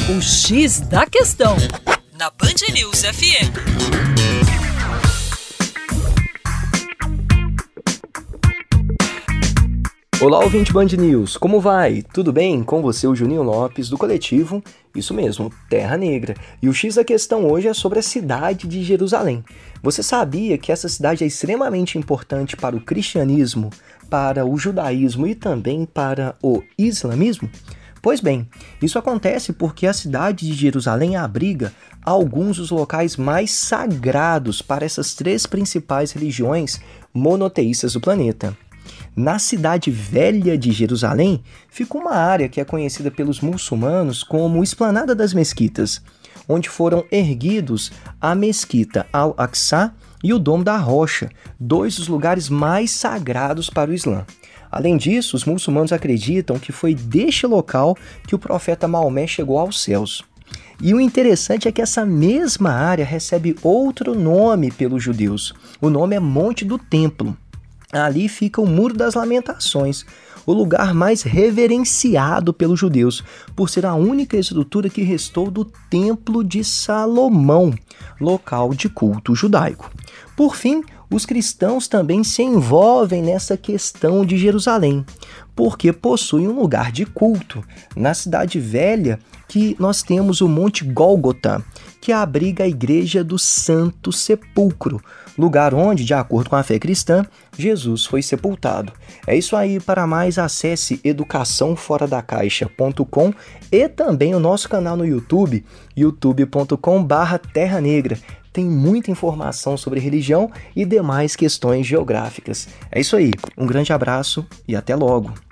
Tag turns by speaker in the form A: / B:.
A: O X da Questão, na Band News FM.
B: Olá, ouvinte Band News, como vai? Tudo bem? Com você, o Juninho Lopes, do coletivo, isso mesmo, Terra Negra. E o X da Questão hoje é sobre a cidade de Jerusalém. Você sabia que essa cidade é extremamente importante para o cristianismo, para o judaísmo e também para o islamismo? Pois bem, isso acontece porque a cidade de Jerusalém abriga alguns dos locais mais sagrados para essas três principais religiões monoteístas do planeta. Na cidade velha de Jerusalém, fica uma área que é conhecida pelos muçulmanos como Esplanada das Mesquitas, onde foram erguidos a Mesquita Al-Aqsa e o Domo da Rocha, dois dos lugares mais sagrados para o Islã. Além disso, os muçulmanos acreditam que foi deste local que o profeta Maomé chegou aos céus. E o interessante é que essa mesma área recebe outro nome pelos judeus. O nome é Monte do Templo. Ali fica o Muro das Lamentações, o lugar mais reverenciado pelos judeus, por ser a única estrutura que restou do Templo de Salomão, local de culto judaico. Por fim, os cristãos também se envolvem nessa questão de Jerusalém, porque possuem um lugar de culto. Na Cidade Velha, que nós temos o Monte Gólgota, que abriga a Igreja do Santo Sepulcro, lugar onde, de acordo com a fé cristã, Jesus foi sepultado. É isso aí, para mais acesse educaçãoforadacaixa.com e também o nosso canal no YouTube, youtube.com/Terra Negra. Tem muita informação sobre religião e demais questões geográficas. É isso aí, um grande abraço e até logo!